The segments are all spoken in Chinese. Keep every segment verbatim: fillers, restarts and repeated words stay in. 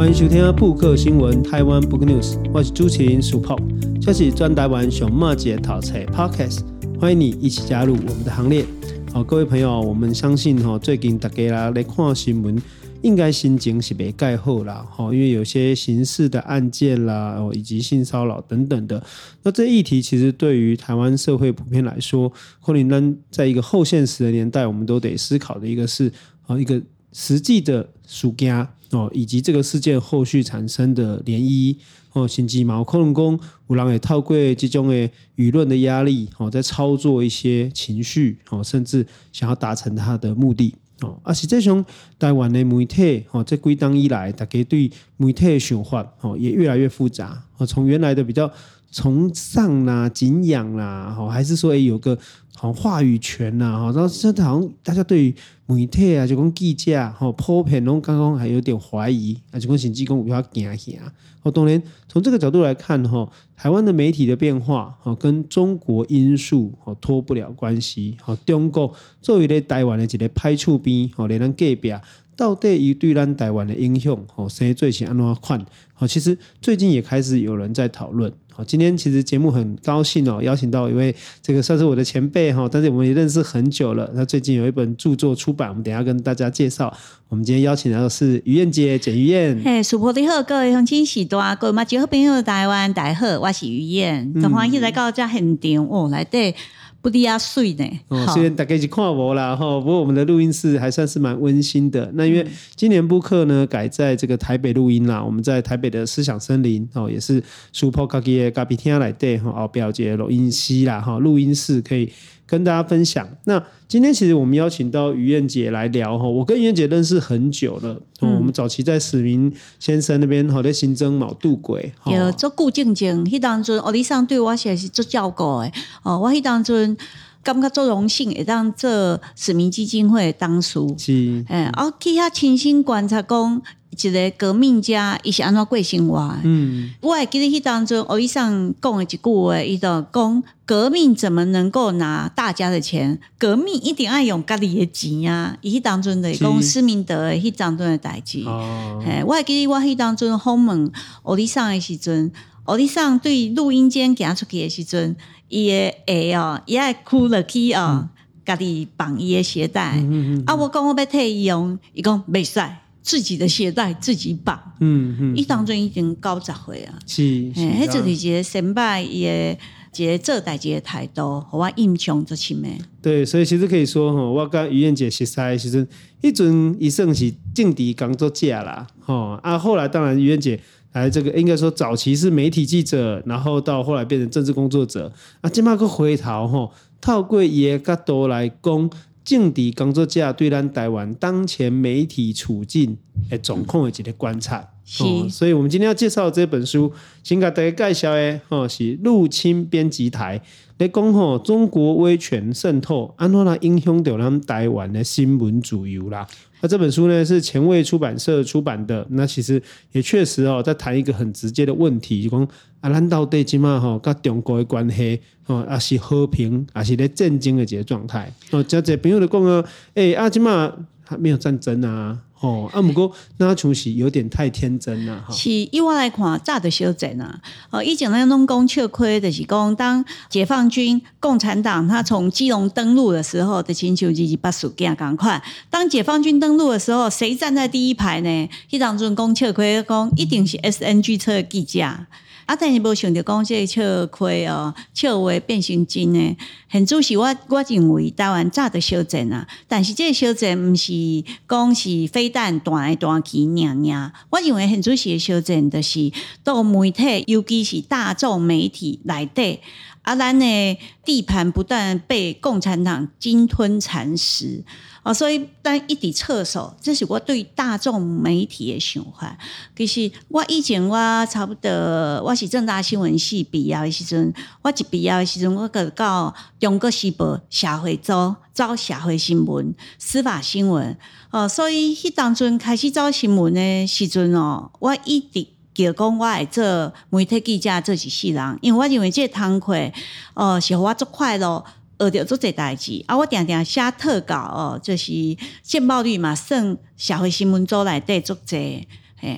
欢迎收听布克新闻台湾 Book News， 我是主持人 Super， 这是专台湾上马节讨菜 Podcast， 欢迎你一起加入我们的行列。好，各位朋友，我们相信最近大家来看新闻，应该心情是不太好啦，因为有些刑事的案件啦，以及性骚扰等等的。那这议题其实对于台湾社会普遍来说，可能在一个后现实的年代，我们都得思考的一个是一个实际的事件，以及这个事件后续产生的涟漪，甚至有可能说有人会透过这种的舆论的压力，在操作一些情绪，甚至想要达成他的目的。啊，实际上台湾的媒体这几年以来，大家对媒体的想法也越来越复杂，从原来的比较崇尚啦、敬仰啦，还是说有个好话语权啦，然后现在好像大家对于媒体啊，就讲记者普遍都刚刚还有点怀疑，啊，就讲甚至讲有点惊吓。当然从这个角度来看，台湾的媒体的变化跟中国因素脱不了关系。中国作为台湾的一个歹厝边，连咱隔壁到底对咱台湾的影响生做是怎么看？其实最近也开始有人在讨论。今天其实节目很高兴哦，邀请到一位这个算是我的前辈，但是我们也认识很久了。他最近有一本著作出版，我们等一下跟大家介绍。我们今天邀请到的是于燕姐，简于燕。 嘿，主播你好，各位乡亲时代，各位马好朋友，台湾大家好，我是于燕，很欢迎来到这现场哦，来对。不离啊水呢、 哦，虽然大家一起看我啦，不过我们的录音室还算是蛮温馨的。那因为今年播客呢改在这个台北录音啦，我们在台北的思想森林，也是 Super 自己的咖啡厅来对，后边有一个录音室啦，录音室可以跟大家分享。那今天其实我们邀请到于燕姐来聊，我跟于燕姐认识很久了，嗯、我们早期在史明先生那边在新增卯渡鬼， 有做顾静静，那当中欧丽桑对我是做照顾的，哦，我那当中感觉做荣幸会当做史明基金会的董事， 是， 哎，我去遐亲身观察讲。一个革命家，伊是安怎过生活的？嗯，我还记得迄当中，欧丽桑讲的一句话，伊就讲革命怎么能够拿大家的钱？革命一定要用家己的钱啊！伊迄当中的讲施明德的迄当中的代志。哦，嘿，我还记得我迄当中访问欧丽桑的时阵，欧丽桑对录音间行出去的时阵，伊的鞋哦，伊爱哭落去哦，家己绑伊的鞋带。嗯嗯嗯啊，我讲我要替伊用，伊讲袂使。自己的鞋带自己绑，嗯嗯，伊当中已经九十岁啊， 是， 迄就是一个先辈伊的一个做代志的态度，互我印象最深的。 对，所以其实可以说，我跟于燕姐熟识的时阵，迄阵伊算是政治工作者啦，啊，后来当然于燕姐来这个应该说早期是媒体记者，然后到后来变成政治工作者，啊，现在又回头透过伊的角度来讲。政治工作者对咱台湾当前媒体处境的状况的一个观察、哦、所以我们今天要介绍的这本书先给大家介绍的、哦、是入侵编辑台在讲、哦、中国威权渗透怎么影响到咱台湾的新闻自由啦。那这本书呢是前卫出版社出版的，那其实也确实哦在谈一个很直接的问题，就说啊，咱到底现在吼跟中国的关系哦，啊是和平，还是在战争的一个状态？哦，这些朋友就讲啊，哎啊，现在还没有战争啊。哦，啊，不过那像是有点太天真了哈。 是，以我来看，早就小战啊。哦，以前咱拢讲笑亏，就是讲当解放军、共产党他从基隆登陆的时候的亲像就是把事件赶快。当解放军登陆的时候，谁站在第一排呢？迄当阵讲笑亏，讲一定是 S N G 车的记者。啊，但是无想到讲这个笑亏哦，笑话变成真的。很主是我我认为台湾早就小战啊，但是这个小战不是讲是飞弹弹来弹去尔尔。我认为很主是的小战就是到媒体，尤其是大众媒体内底。啊，咱的地盘不断被共产党鲸吞蚕食，哦，所以咱一直撤手，这是我对大众媒体的想法。其实我以前我差不多我是政大新闻系毕业的时阵，我一毕业的时阵，我就到中国时报社会组走社会新闻、司法新闻，哦，所以迄当阵开始走新闻的时阵哦，我一直。就讲我会做媒体记者做一世人，因为我认为这个工课哦是互我足快乐，学到足侪代志。啊，我定定写特稿哦，就是见报率嘛，算社会新闻组内底足侪，嘿。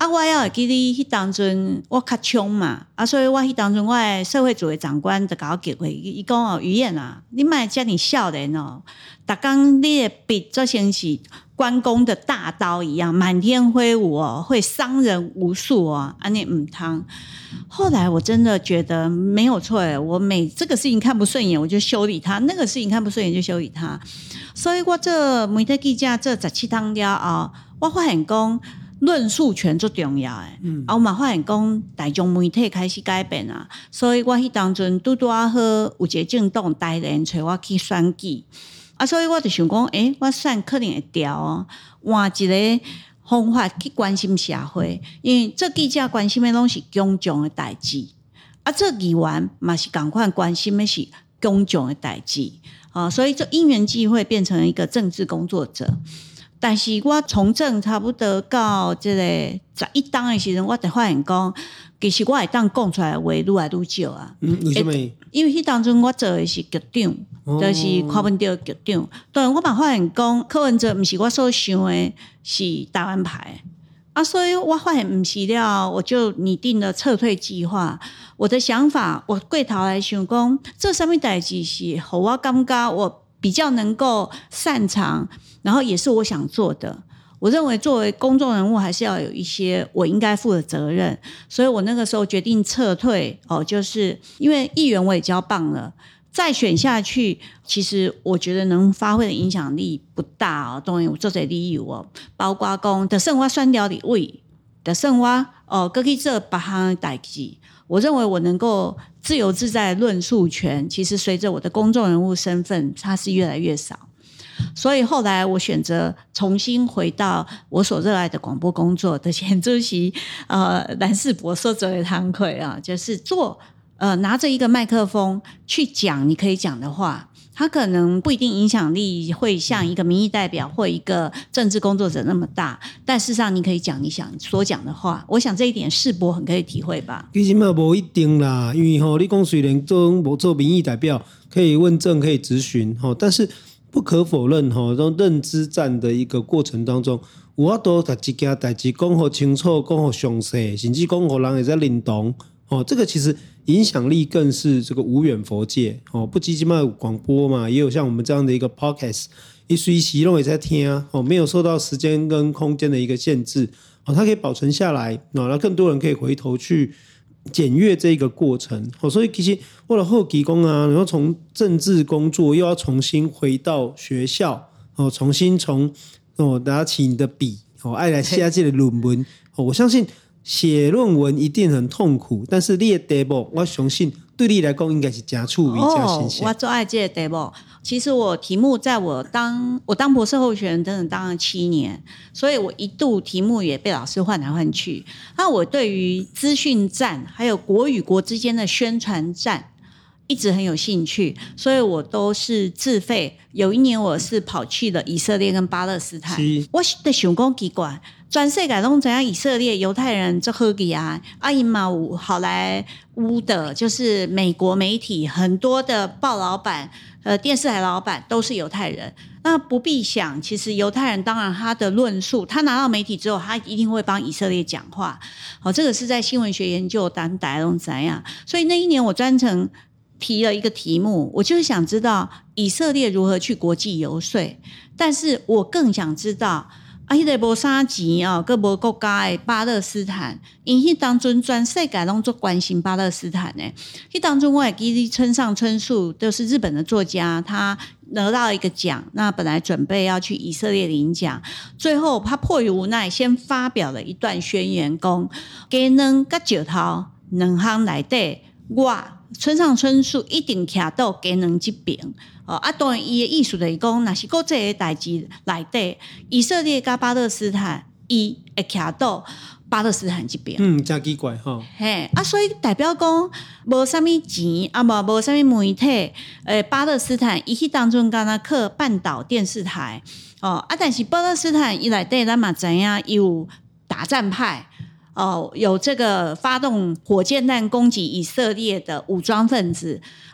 啊，我也会记得迄当阵我较冲嘛，啊，所以我迄当阵我的社会组的长官就甲我叫过，伊讲哦，于燕啊，你莫遮尔少年哦，逐工你的笔就像是关公的大刀一样，满天挥舞哦，会伤人无数哦，安尼唔通。后来我真的觉得没有错诶，我每这个事情看不顺眼，我就修理他；那个事情看不顺眼就修理他。所以我这媒体记者这十七趟了后，我发现讲。论述权最重要诶，嗯，啊，我嘛发现讲大众媒体开始改变啊，所以我迄当阵拄拄啊好有一个政党台联找我去选举，啊，所以我就想讲，诶、欸，我选可能会调哦，换一个方法去关心社会，因为这记者关心的拢是公众的代志，啊，这议员嘛是同款关心的是公众的代志，啊，所以这因缘际会变成一个政治工作者。但是我从政差不多到这个十一档的时阵，我才发现讲，其实我会当讲出来的话愈来愈少啊。 嗯，为什么？ 因为迄当阵我做的是局长，哦、就是柯文哲局长。对，我嘛发现讲，柯文哲不是我所想的是台湾牌啊，所以我发现不是了，我就拟定了撤退计划。我的想法，我过头来想讲，这什么代志是互我感觉我比较能够擅长。然后也是我想做的，我认为作为公众人物还是要有一些我应该负的责任，所以我那个时候决定撤退哦，就是因为议员我也交棒了，再选下去，其实我觉得能发挥的影响力不大哦。当然有做这理由哦，包括讲就算我选了立委，就算我哦搁去做别项的代志，我认为我能够自由自在的论述权，其实随着我的公众人物身份，它是越来越少。所以后来我选择重新回到我所热爱的广播工作的前主席呃蓝士博说做的堂会啊，就是做呃拿着一个麦克风去讲你可以讲的话，他可能不一定影响力会像一个民意代表或一个政治工作者那么大，但事实上你可以讲你想所讲的话，我想这一点士博很可以体会吧。 其实嘛不一定啦，因为吼你讲虽然做做民意代表可以问政可以质询吼，但是不可否认吼，这种认知战的一个过程当中，有法度把一件代志讲好清楚，讲好详细，甚至讲好人会在认同哦，这个其实影响力更是这个无远弗届哦。不仅仅嘛有广播嘛，也有像我们这样的一个 podcast， 一随时都会在听哦，没有受到时间跟空间的一个限制哦，它可以保存下来哦，让更多人可以回头去检阅这个过程，所以其实为了后期工啊，然后从政治工作又要重新回到学校，重新从拿起你的笔，爱来写这个论文。我相信写论文一定很痛苦，但是你的题目，我相信对你来讲应该是加趣味、加新鲜。 我最爱这个题目。其实我题目在我当我当博士候选人等等当了七年，所以我一度题目也被老师换来换去。那我对于资讯战还有国与国之间的宣传战一直很有兴趣，所以我都是自费。有一年我是跑去了以色列跟巴勒斯坦，我的想讲奇怪，全世界都知道以色列犹太人这好奇啊，啊因嘛有好莱坞的，就是美国媒体很多的报老板、呃电视台老板都是犹太人。那不必想，其实犹太人当然他的论述，他拿到媒体之后，他一定会帮以色列讲话。好、哦，这个是在新闻学研究当大家都知道。所以那一年我专程提了一个题目，我就是想知道以色列如何去国际游说，但是我更想知道啊，迄、那个无啥钱哦，个无国家的巴勒斯坦，因迄当中全世界拢做关心巴勒斯坦呢。迄当中我也记得村上春树都是日本的作家，他得到一个奖，那本来准备要去以色列领奖，最后他迫于无奈，先发表了一段宣言，讲鸡卵甲石头两项内底，我村上春树一定徛到鸡卵这边。哦，啊，当然，伊的意思就是讲，若是国际的代志内底，以色列甲巴勒斯坦，伊会徛到巴勒斯坦这边。 嗯，真奇怪哈。 嘿，啊，所以代表讲，无啥物钱，啊，无无啥物媒体，诶，巴勒斯坦伊迄当中敢若靠半岛电视台，哦，啊，但是巴勒斯坦伊内底咱嘛知影有打战派。哦，有这个发动火箭弹攻击以色列的武装分子，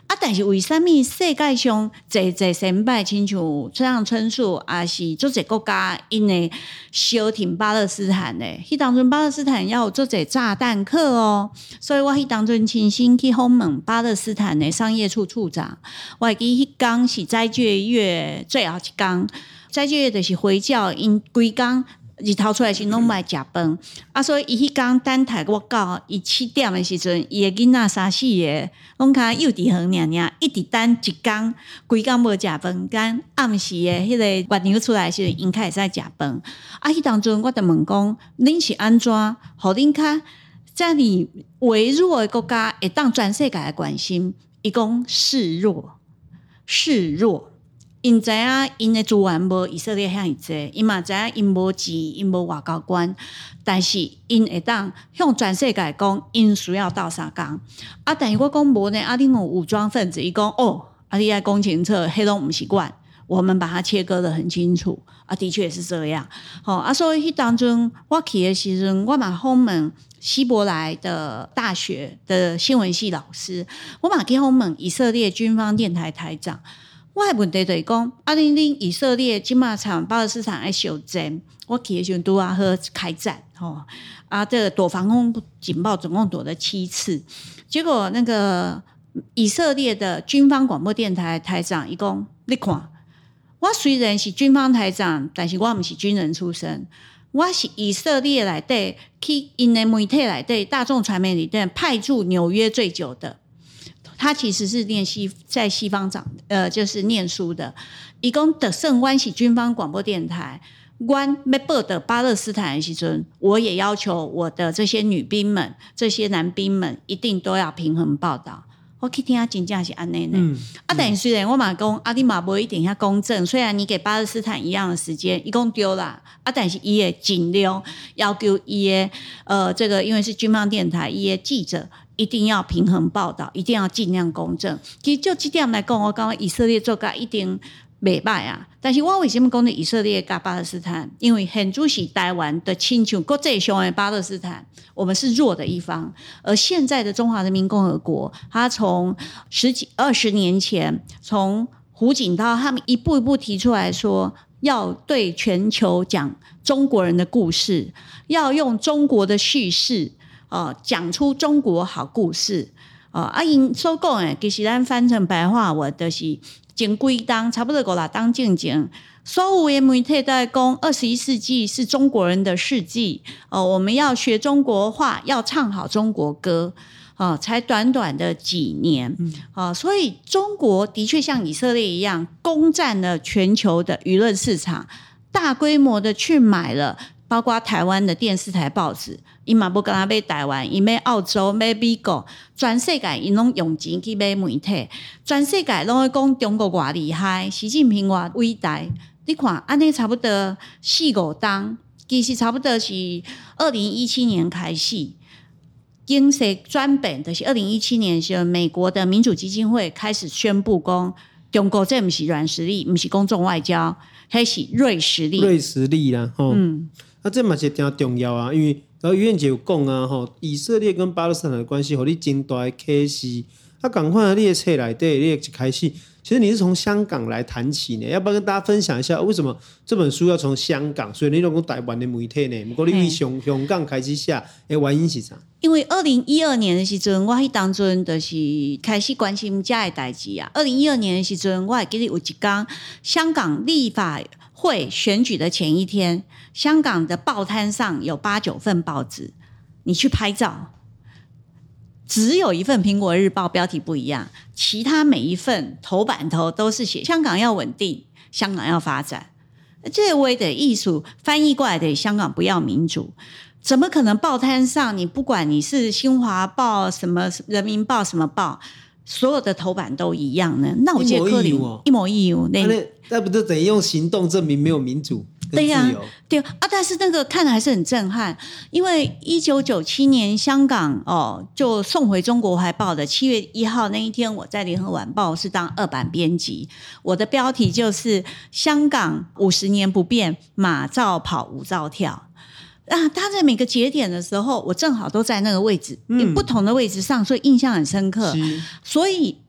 啊，但是为什么世界上侪侪先辈，亲像村上春树，也是做侪国家因为小挺巴勒斯坦呢？迄当阵巴勒斯坦要有做侪炸弹客哦，所以我迄当阵亲身去访问巴勒斯坦的商业处处长。我会记迄天是斋戒月最后一天，斋戒月就是回教，因规天日头出来时拢卖食饭，啊，所以伊迄天等待我到伊七点的时阵，伊的囡仔三四个拢较幼稚园尔尔，一直等一天，规天无食饭，干暗时的迄个月娘出来时，因开始在食饭。啊，迄当阵我就问讲，恁是安怎，互恁较这样微弱的国家会当全世界的关心？伊讲示弱，示弱。因知影因的资源无以色列遐尔济，因嘛知影因无钱，因无外交官，但是因会当向全世界讲，因需要到啥工啊？但是我讲无呢，啊，恁有武装分子，伊讲哦，啊，你爱讲清楚，迄拢毋是阮，我们把它切割得很清楚啊，的确是这样。好、哦、啊，所以迄当中我去的时阵，我嘛访问希伯来的大学的新闻系老师，我嘛去访问以色列军方电台台长。我的问题就是讲，啊，恁恁以色列即马场巴勒斯坦爱休战，我去的时候拄啊好开战，吼啊，这个躲防空警报总共躲了七次，结果那个以色列的军方广播电台台长，伊讲，你看，我虽然是军方台长，但是我不是军人出身，我是以色列内底去因的媒体内底大众传媒里底派驻纽约最久的。他其实是念西在西方长呃，就是念书的。伊讲的圣湾是军方广播电台，阮要报道巴勒斯坦的时阵，我也要求我的这些女兵们、这些男兵们一定都要平衡报道。我去听真正是安尼呢。嗯、啊，但虽然我嘛讲，啊，你嘛无一定遐公正。虽然你给巴勒斯坦一样的时间，伊讲丢啦，啊，但是伊也尽量要求伊的呃，这个因为是军方电台，伊的记者。一定要平衡报道，一定要尽量公正。其实就这点来讲，我讲以色列做甲一定袂歹啊。但是我为什么讲以色列甲巴勒斯坦？因为现主是台湾的亲像国际上的巴勒斯坦，我们是弱的一方。而现在的中华人民共和国，它从十几二十年前，从胡锦涛他们一步一步提出来说，要对全球讲中国人的故事，要用中国的叙事。呃，讲出中国好故事呃，啊！因所讲诶，其实咱翻成白话文，就是前几当差不多五六当进前，所有的媒体都在讲二十一世纪是中国人的世纪，呃，我们要学中国话，要唱好中国歌，呃，才短短的几年，嗯呃、所以中国的确像以色列一样，攻占了全球的舆论市场，大规模的去买了。包括台湾的电视台报纸，伊嘛不跟他买台湾，伊买澳洲，买美国，全世界伊拢用钱去买媒体，全世界拢会讲中国偌厉害，习近平偌伟大。你看，安尼差不多四五当，其实差不多是二零一七年开始，经济转变，就是二零一七年的时候，美国的民主基金会开始宣布讲，中国这不是软实力，不是公众外交，还是锐实力， 锐实力啦，吼。嗯啊，这嘛是挺重要啊，因为然后于燕姐有讲啊，吼，以色列跟巴勒斯坦的关系，互你真大的启示。啊，赶快你的册内底，你一开始，其实你是从香港来谈起呢，要不要跟大家分享一下为什么这本书要从香港？所以你都讲台湾的媒体呢，不过你为香香港开始写的原因是啥？ 因为二零一二年的时阵，我迄当阵就是开始关心这的代志啊。二零一二年的时阵，我还记得有一天，香港立法会选举的前一天，香港的报摊上有八九份报纸，你去拍照，只有一份《苹果日报》标题不一样，其他每一份头版头都是写香港要稳定，香港要发展。这位的艺术翻译过来的，香港不要民主。怎么可能报摊上你不管你是新华报什么人民报什么报，所有的头版都一样呢？那我觉得可能一模一样， 那那不就等于用行动证明没有民主跟自由？对呀、啊， 对啊。但是那个看的还是很震撼，因为一九九七年香港哦就送回中国怀抱的七月一号那一天，我在联合晚报是当二版编辑，我的标题就是香港五十年不变，马照跑，舞照跳。啊，他在每个节点的时候，我正好都在那个位置，嗯、不同的位置上，所以印象很深刻。所以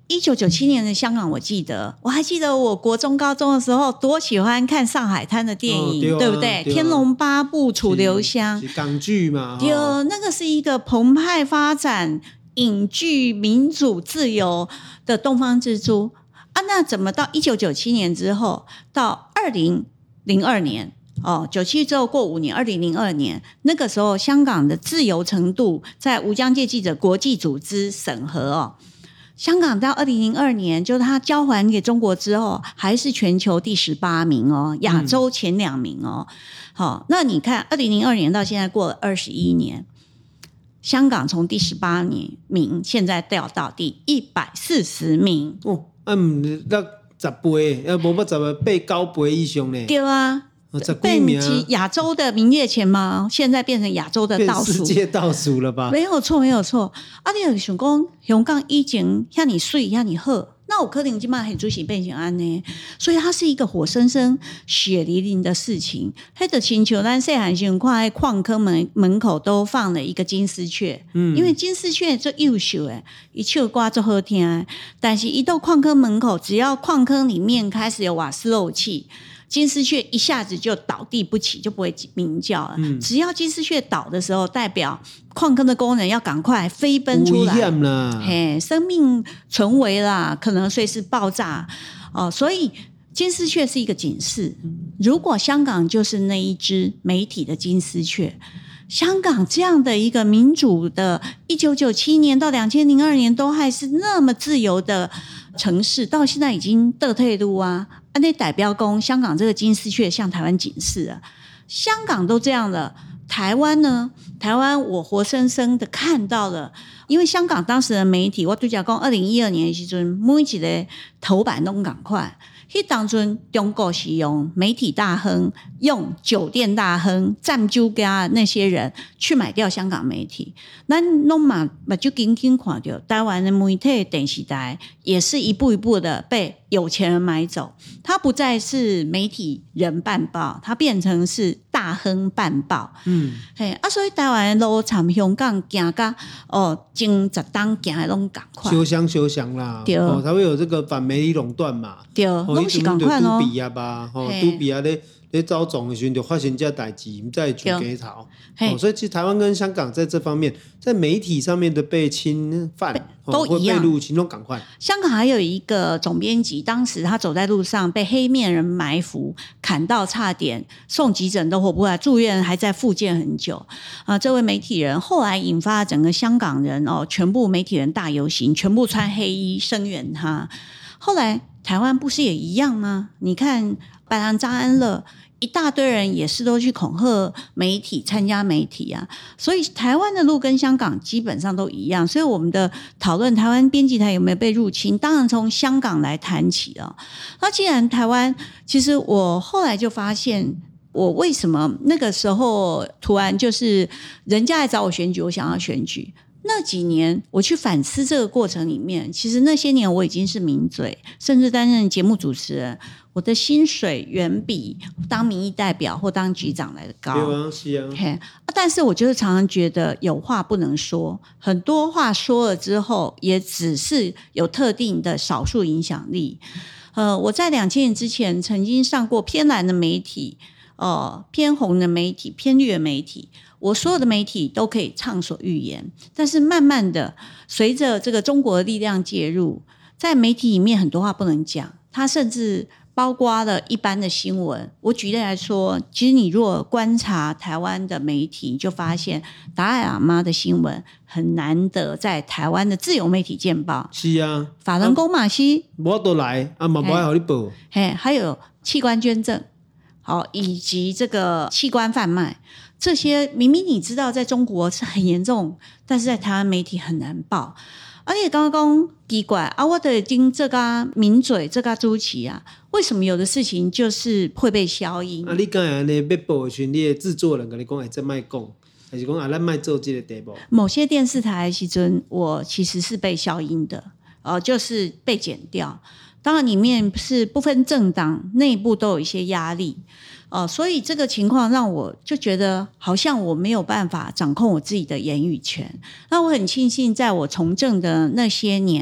一九九七年的香港，我记得，我还记得我国中高中的时候多喜欢看上海滩的电影，哦 对, 啊、对不对？对啊、天龙八部、楚留香， 港剧嘛， 对、哦，那个是一个澎湃发展、影剧、民主、自由的东方之珠啊。那怎么到一九九七年之后，到二零零二年？哦，九七之后过五年，二零零二年那个时候，香港的自由程度在无疆界记者国际组织审核哦。香港到二零零二年，就是它交还给中国之后，还是全球第十八名哦，亚洲前两名哦。好、嗯哦，那你看，二零零二年到现在过了二十一年，香港从第十八名现在掉到第一百四十名哦，啊，唔得十倍，要无不十倍八九倍以上呢？ 对啊。变成亚洲的名列前茅，现在变成亚洲的倒数， 世界倒数了吧？ 没有错，没有错。啊，你想讲香港以前像你水，像你好，那我可能今晚很主席变成安呢，所以它是一个活生生、血淋淋的事情。黑的星球，咱细汉时看在矿坑门门口都放了一个金丝雀，嗯，因为金丝雀最优秀诶，一唱歌最好听，但是一到矿坑门口，只要矿坑里面开始有瓦斯漏气。金丝雀一下子就倒地不起，就不会鸣叫了、嗯、只要金丝雀倒的时候，代表矿坑的工人要赶快飞奔出来，危险啦，嘿，生命存危啦，可能随时爆炸哦。所以金丝雀是一个警示，如果香港就是那一只媒体的金丝雀，香港这样的一个民主的一九九七年到二零零二年都还是那么自由的城市，到现在已经倒退路啊，啊那代表说香港这个金丝雀向台湾警示啊，香港都这样了，台湾呢？台湾我活生生的看到了，因为香港当时的媒体，我对讲讲二零一二年的时候，每一个头版都赶快。那当中中国是用媒体大亨、用酒店大亨、占租家那些人去买掉香港媒体，咱拢嘛目睭紧紧看到台湾的媒体电视台也是一步一步的被有钱人买走，它不再是媒体人办报，它变成是大亨办报。嗯，嘿啊，所以台湾的路参香港行到哦，前十档行的拢赶快， 修香修香啦，对，哦，才会有这个反媒体垄断嘛， 对。哦拢是赶快哦，拄比啊吧，吼，拄比啊咧咧招总的时候就发生这代志，唔再出给头，哦，所以其实台湾跟香港在这方面，在媒体上面的被侵犯都一样， 被入侵都赶快。 香港还有一个总编辑，当时他走在路上被黑面人埋伏，砍到差点送急诊都活不过来，住院还在复健很久啊。这位媒体人后来引发整个香港人哦，全部媒体人大游行，全部穿黑衣声援他。后来台湾不是也一样吗？你看白狼张安乐一大堆人也是都去恐吓媒体，参加媒体啊，所以台湾的路跟香港基本上都一样。所以我们的讨论台湾编辑台有没有被入侵，当然从香港来谈起了。那既然台湾，其实我后来就发现，我为什么那个时候突然就是人家来找我选举，我想要选举。那几年我去反思这个过程里面，其实那些年我已经是名嘴，甚至担任节目主持人，我的薪水远比当民意代表或当局长来的高。 对啊，是啊。 嘿，但是我就是常常觉得有话不能说，很多话说了之后，也只是有特定的少数影响力。呃，我在两千年之前曾经上过偏蓝的媒体，呃，偏红的媒体，偏绿的媒体。我所有的媒体都可以畅所欲言，但是慢慢的随着这个中国的力量介入，在媒体里面很多话不能讲，它甚至包括了一般的新闻。我举例来说，其实你如果观察台湾的媒体，你就发现达赖喇嘛的新闻很难得在台湾的自由媒体见报。 是啊， 法轮功嘛是我都来啊，嘛不爱给你报。 嘿，还有器官捐赠，好，以及这个器官贩卖。这些明明你知道在中国是很严重，但是在台湾媒体很难报。而且刚刚奇怪啊，我都已经这个名嘴这个主持啊，为什么有的事情就是会被消音？ 啊，你刚才呢要报的时候，你的制作人跟你讲，哎，这卖讲，还是讲啊，咱卖做这个题目？ 某些电视台的时阵，我其实是被消音的，呃，就是被剪掉。当然，里面是不分政党，内部都有一些压力。哦、呃，所以这个情况让我就觉得好像我没有办法掌控我自己的言语权。那我很庆幸，在我从政的那些年，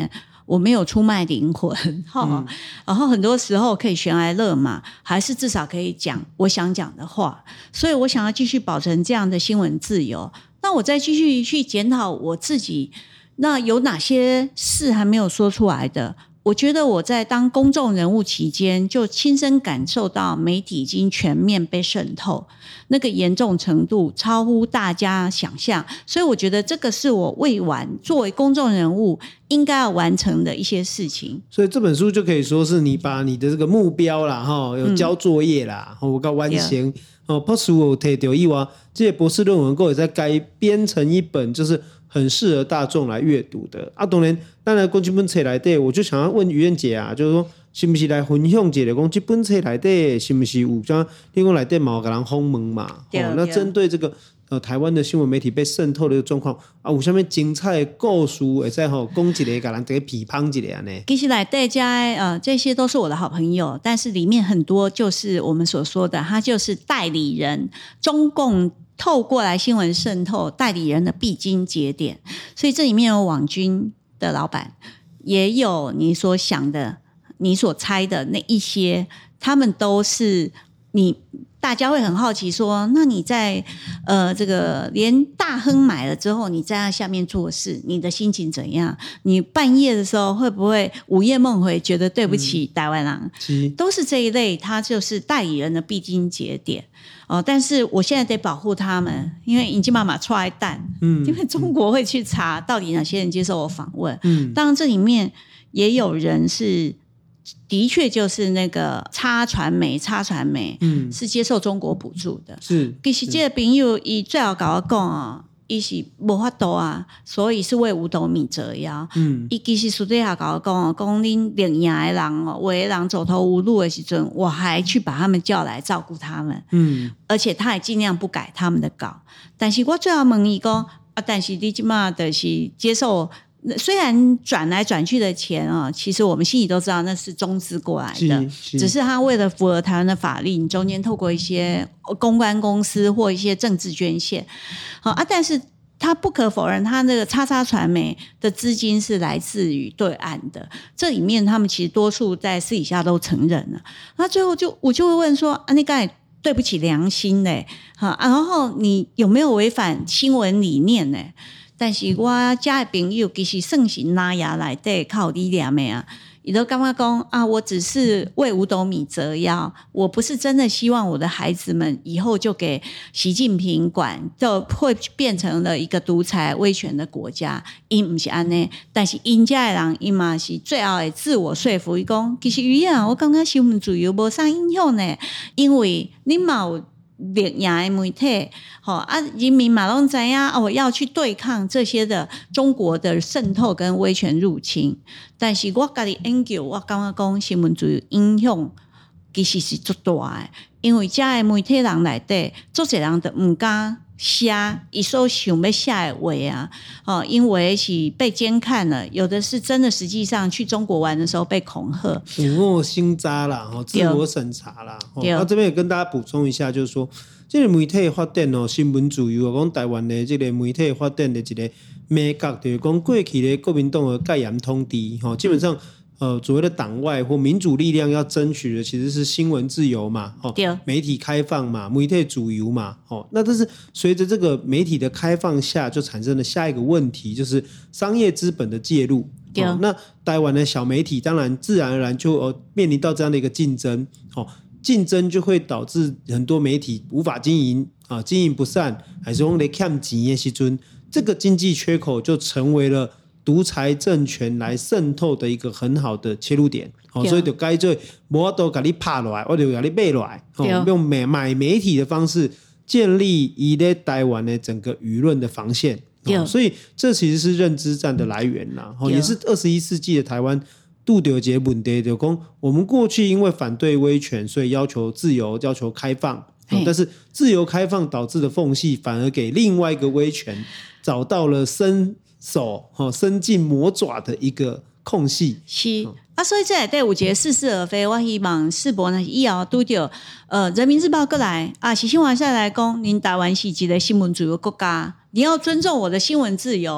我没有出卖灵魂，嗯、然后很多时候可以悬崖勒马，还是至少可以讲我想讲的话，所以我想要继续保存这样的新闻自由。那我再继续去检讨我自己，那有哪些事还没有说出来的？我觉得我在当公众人物期间，就亲身感受到媒体已经全面被渗透，那个严重程度超乎大家想象，所以我觉得这个是我未完作为公众人物应该要完成的一些事情。 所以这本书就可以说是你把你的这个目标啦，有交作业啦，有到完成。哦，博士我提到以外，这些博士论文够也在改编成一本，就是很适合大众来阅读的。啊，当然，当然，讲这本册内底，我就想要问于燕姐啊，就是说，是不是来分享一下，讲这本册内底是不是有像你讲内底嘛有给人访问嘛？哦，那针对这个呃台湾的新闻媒体被渗透的一个状况啊，有啥物精彩的故事会使吼讲一个，给人给批判一下呢？ 其实来大家呃，这些都是我的好朋友，但是里面很多就是我们所说的，他就是代理人，中共透过来新闻渗透代理人的必经节点，所以这里面有网军的老板，也有你所想的、你所猜的那一些，他们都是你。大家会很好奇说，那你在呃这个连大亨买了之后，你在他下面做事，你的心情怎样？你半夜的时候会不会午夜梦回，觉得对不起台湾人？嗯、都是这一类，他就是代理人的必经节点哦。但是我现在得保护他们，因为已经妈妈出来蛋，嗯，因为中国会去查到底哪些人接受我访问，嗯，当然这里面也有人是。的确就是那个插传媒，插传媒，嗯，是接受中国补助的。是，其实这个朋友伊最后跟我讲啊，伊是无法度啊，所以是为五斗米折腰。嗯，伊其实私底下跟我讲哦，讲恁领养的人哦，有的人走投无路的时阵，我还去把他们叫来照顾他们。嗯，而且他也尽量不改他们的稿。但是我最后问伊讲啊，但是你现在就是接受。虽然转来转去的钱啊，其实我们心里都知道那是中资过来的，是只是他为了符合台湾的法律，你中间透过一些公关公司或一些政治捐献，好啊，但是他不可否认，他那个叉叉传媒的资金是来自于对岸的，这里面他们其实多数在私底下都承认了。那最后就我就会问说啊，你刚才对不起良心嘞，好啊，然后你有没有违反新闻理念呢？但是我家的朋友其实算是拿牙来底靠力量的啊，伊都感觉讲啊，我只是为五斗米折腰，我不是真的希望我的孩子们以后就给习近平管，就会变成了一个独裁威权的国家。因不是安尼，但是因家的人因嘛是最后的自我说服，伊讲其实于啊，我感觉新闻自由无啥影响呢，因为你嘛有。领养的媒体，好啊，人民嘛拢知影哦，要去对抗这些的中国的渗透跟威权入侵。但是我家己研究，我感觉讲新闻自由影响其实是足大的，因为这的媒体人内底，足侪人都唔敢写伊所想要写的话啊，哦，因为是被监看了，有的是真的，实际上去中国玩的时候被恐吓， 有我心渣啦，自我审查啦。那、哦、这边也跟大家补充一下，就是说，这个媒体发展哦，新闻自由，讲台湾的这个媒体发展的一个美角，就是讲过去的国民党的戒严统治，哈、哦，基本上。呃，所谓的党外或民主力量要争取的其实是新闻自由嘛，哦，媒体开放嘛，媒体自由嘛，哦，那但是随着这个媒体的开放下，就产生了下一个问题，就是商业资本的介入。哦、那台湾的小媒体当然自然而然就、呃、面临到这样的一个竞争，哦，竞争就会导致很多媒体无法经营啊，经营不善，还是用来欠钱的时候，这个经济缺口就成为了。独裁政权来渗透的一个很好的切入点，哦、所以就该做我都给你拍下来，我就给你买下来，哦、用买买媒体的方式建立以在台湾的整个舆论的防线、哦，所以这其实是认知战的来源啦，哦、也是二十一世纪的台湾度到一个问题，就讲我们过去因为反对威权，所以要求自由，要求开放，哦、但是自由开放导致的缝隙，反而给另外一个威权找到了深。手伸进魔爪的一个空隙是、嗯、啊，所以这里底有一个似是而非，我希望世博呢以后拄到呃人民日报过来啊，是新华社来讲，您台湾是一个新闻自由国家，你要尊重我的新闻自由。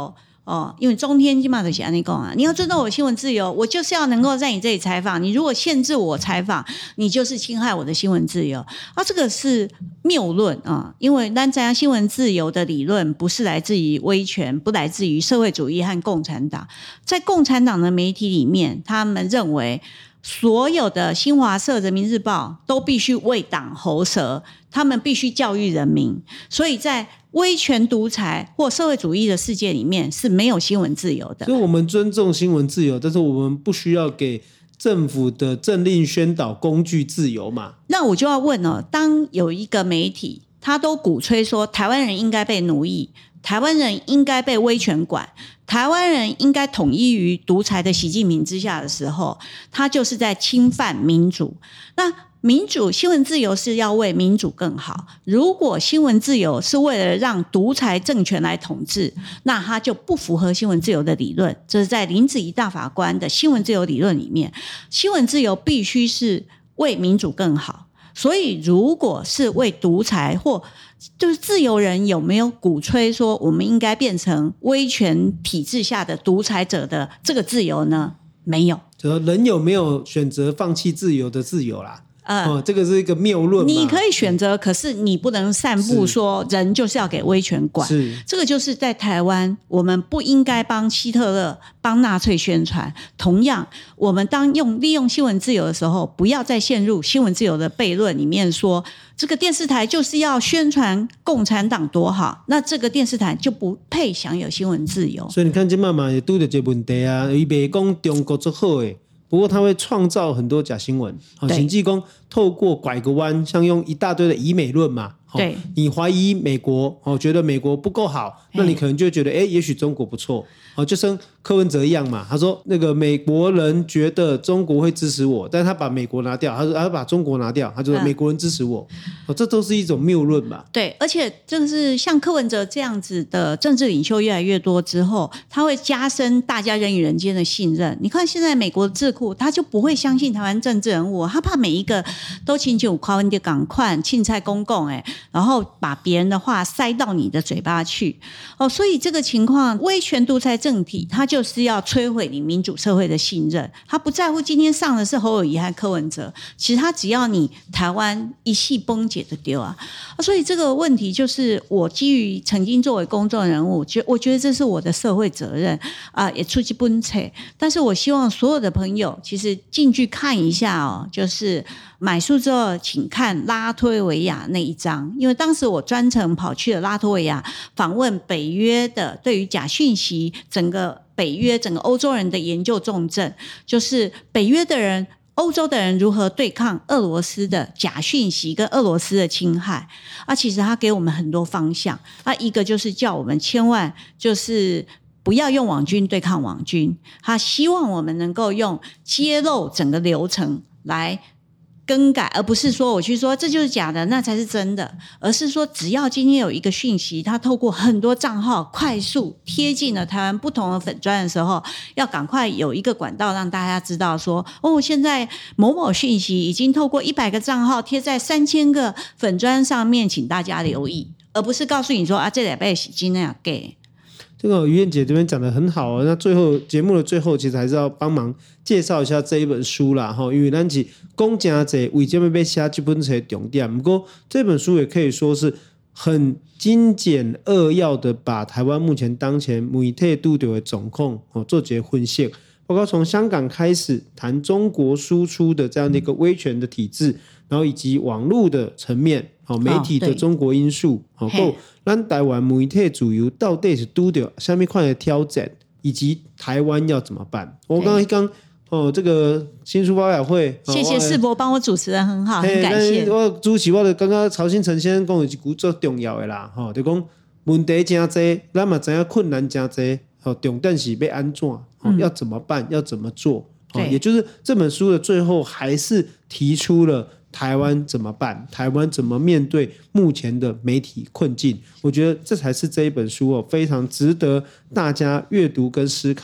哦，因为中天起码都是安尼讲啊，你要尊重我新闻自由，我就是要能够在你这里采访，你如果限制我采访，你就是侵害我的新闻自由啊，这个是谬论啊，因为咱知道新闻自由的理论不是来自于威权，不来自于社会主义和共产党，在共产党的媒体里面，他们认为所有的新华社、人民日报都必须为党喉舌，他们必须教育人民，所以在威权独裁或社会主义的世界里面是没有新闻自由的。 所以我们尊重新闻自由，但是我们不需要给政府的政令宣导工具自由嘛。 那我就要问哦，当有一个媒体他都鼓吹说台湾人应该被奴役，台湾人应该被威权管，台湾人应该统一于独裁的习近平之下的时候，他就是在侵犯民主。那民主新闻自由是要为民主更好，如果新闻自由是为了让独裁政权来统治，那它就不符合新闻自由的理论。这是在林子怡大法官的新闻自由理论里面，新闻自由必须是为民主更好。所以如果是为独裁或就是自由人有没有鼓吹说我们应该变成威权体制下的独裁者的这个自由呢？没有。 就说人有没有选择放弃自由的自由啦？ 呃、 哦，这个是一个谬论嘛。 你可以选择，可是你不能散布说人就是要给威权管。 是， 这个就是在台湾，我们不应该帮希特勒、帮纳粹宣传。同样，我们当用利用新闻自由的时候，不要再陷入新闻自由的悖论里面说，这个电视台就是要宣传共产党多好，那这个电视台就不配享有新闻自由。 所以你看，这妈妈也拄到这个问题啊，伊袂讲中国最好的。不过他会创造很多假新闻，甚至讲透过拐个弯，像用一大堆的以美论嘛。 对， 你怀疑美国，觉得美国不够好，那你可能就会觉得，哎，也许中国不错。就像柯文哲一样嘛，他说那个美国人觉得中国会支持我，但是他把美国拿掉，他说他把中国拿掉，他说美国人支持我，嗯、这都是一种谬论吧？ 对，而且就是像柯文哲这样子的政治领袖越来越多之后，他会加深大家人与人间的信任。你看现在美国的智库，他就不会相信台湾政治人物，他怕每一个都亲像柯文哲赶快凊彩公共哎，然后把别人的话塞到你的嘴巴去哦，所以这个情况，威权独裁政体，他就是要摧毁你民主社会的信任。他不在乎今天上的是侯友宜和柯文哲，其实他只要你台湾一系崩解的丢啊。所以这个问题就是我基于曾经作为公众人物，我觉得这是我的社会责任啊，也出去奔扯。但是我希望所有的朋友其实进去看一下哦，就是买书之后请看拉脱维亚那一章，因为当时我专程跑去了拉脱维亚访问北约的对于假讯息整个北约整个欧洲人的研究重镇，就是北约的人欧洲的人如何对抗俄罗斯的假讯息跟俄罗斯的侵害啊，其实他给我们很多方向啊，一个就是叫我们千万就是不要用网军对抗网军，他希望我们能够用揭露整个流程来更改，而不是说我去说这就是假的那才是真的，而是说只要今天有一个讯息，它透过很多账号快速贴近了台湾不同的粉专的时候，要赶快有一个管道让大家知道说，哦，现在某某讯息已经透过一百个账号贴在三千个粉专上面，请大家留意，而不是告诉你说啊，这礼拜是真的要给。 这个于燕姐这边讲得很好、哦、那最后节目的最后其实还是要帮忙介绍一下这一本书啦，因为我们是讲很多为什么要写这本书的重点，不过这本书也可以说是很精简扼要的把台湾目前当前媒体遇到的状况做一个分析，包括从香港开始谈中国输出的这样的一个威权的体制，然后以及网络的层面媒体的中国因素，还有咱台湾媒体自由到底是遇到什么样的挑战，以及台湾要怎么办。我刚刚刚哦，这个新书发表会， 谢谢世博帮我主持得很好，很感谢。 我主持我就刚刚曹新成先生讲的一句最重要的啦，吼，就讲问题真多，咱嘛知影困难真多，吼，重点是要安怎，嗯、要怎么办，要怎么做。也就是这本书的最后还是提出了台湾怎么办，台湾怎么面对目前的媒体困境，我觉得这才是这一本书、哦、非常值得大家阅读跟思考的。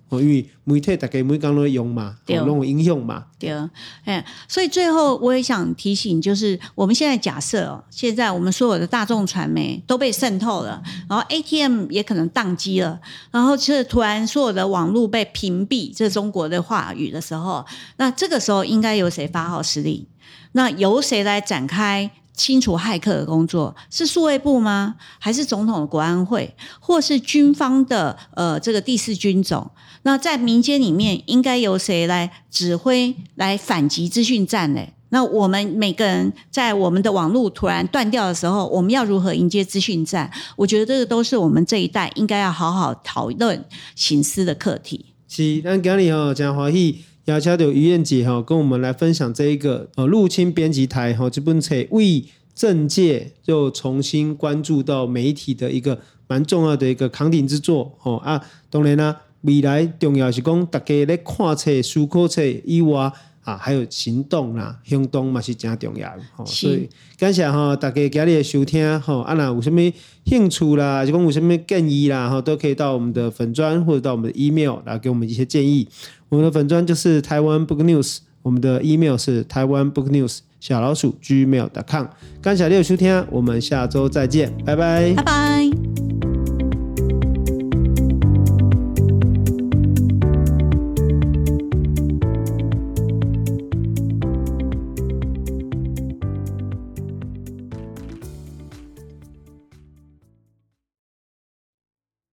哦，因为媒体大家每天都会用嘛，哦，都有影响嘛。 对，哎，所以最后我也想提醒，就是我们现在假设哦，现在我们所有的大众传媒都被渗透了，然后 A T M 也可能宕机了，然后是突然所有的网络被屏蔽，这是中国的话语的时候，那这个时候应该由谁发号施令？那由谁来展开清除骇客的工作？是数位部吗？还是总统的国安会，或是军方的呃这个第四军种？那在民间里面，应该由谁来指挥、来反击资讯战呢？那我们每个人在我们的网络突然断掉的时候，我们要如何迎接资讯战？我觉得这个都是我们这一代应该要好好讨论、省思的课题。 是，咱今日吼真欢喜。邀请到于燕姐哈，跟我们来分享这一个呃入侵编辑台哈这本册为政界就重新关注到媒体的一个蛮重要的一个扛鼎之作哦啊，当然啦、啊，未来重要是讲大家咧看册、思考册以外啊，还有行动啦、行动嘛是真重要哦。所以感谢哈大家今日的收听哈，啊那有什么兴趣啦，就讲有什么建议啦哈，都可以到我们的粉专或者到我们的 email 来给我们一些建议。我们的粉专就是台湾 Book News， 我们的 email 是台湾 Book News 小老鼠 gmail 点com。感谢你的收听，我们下周再见，拜拜， 拜拜。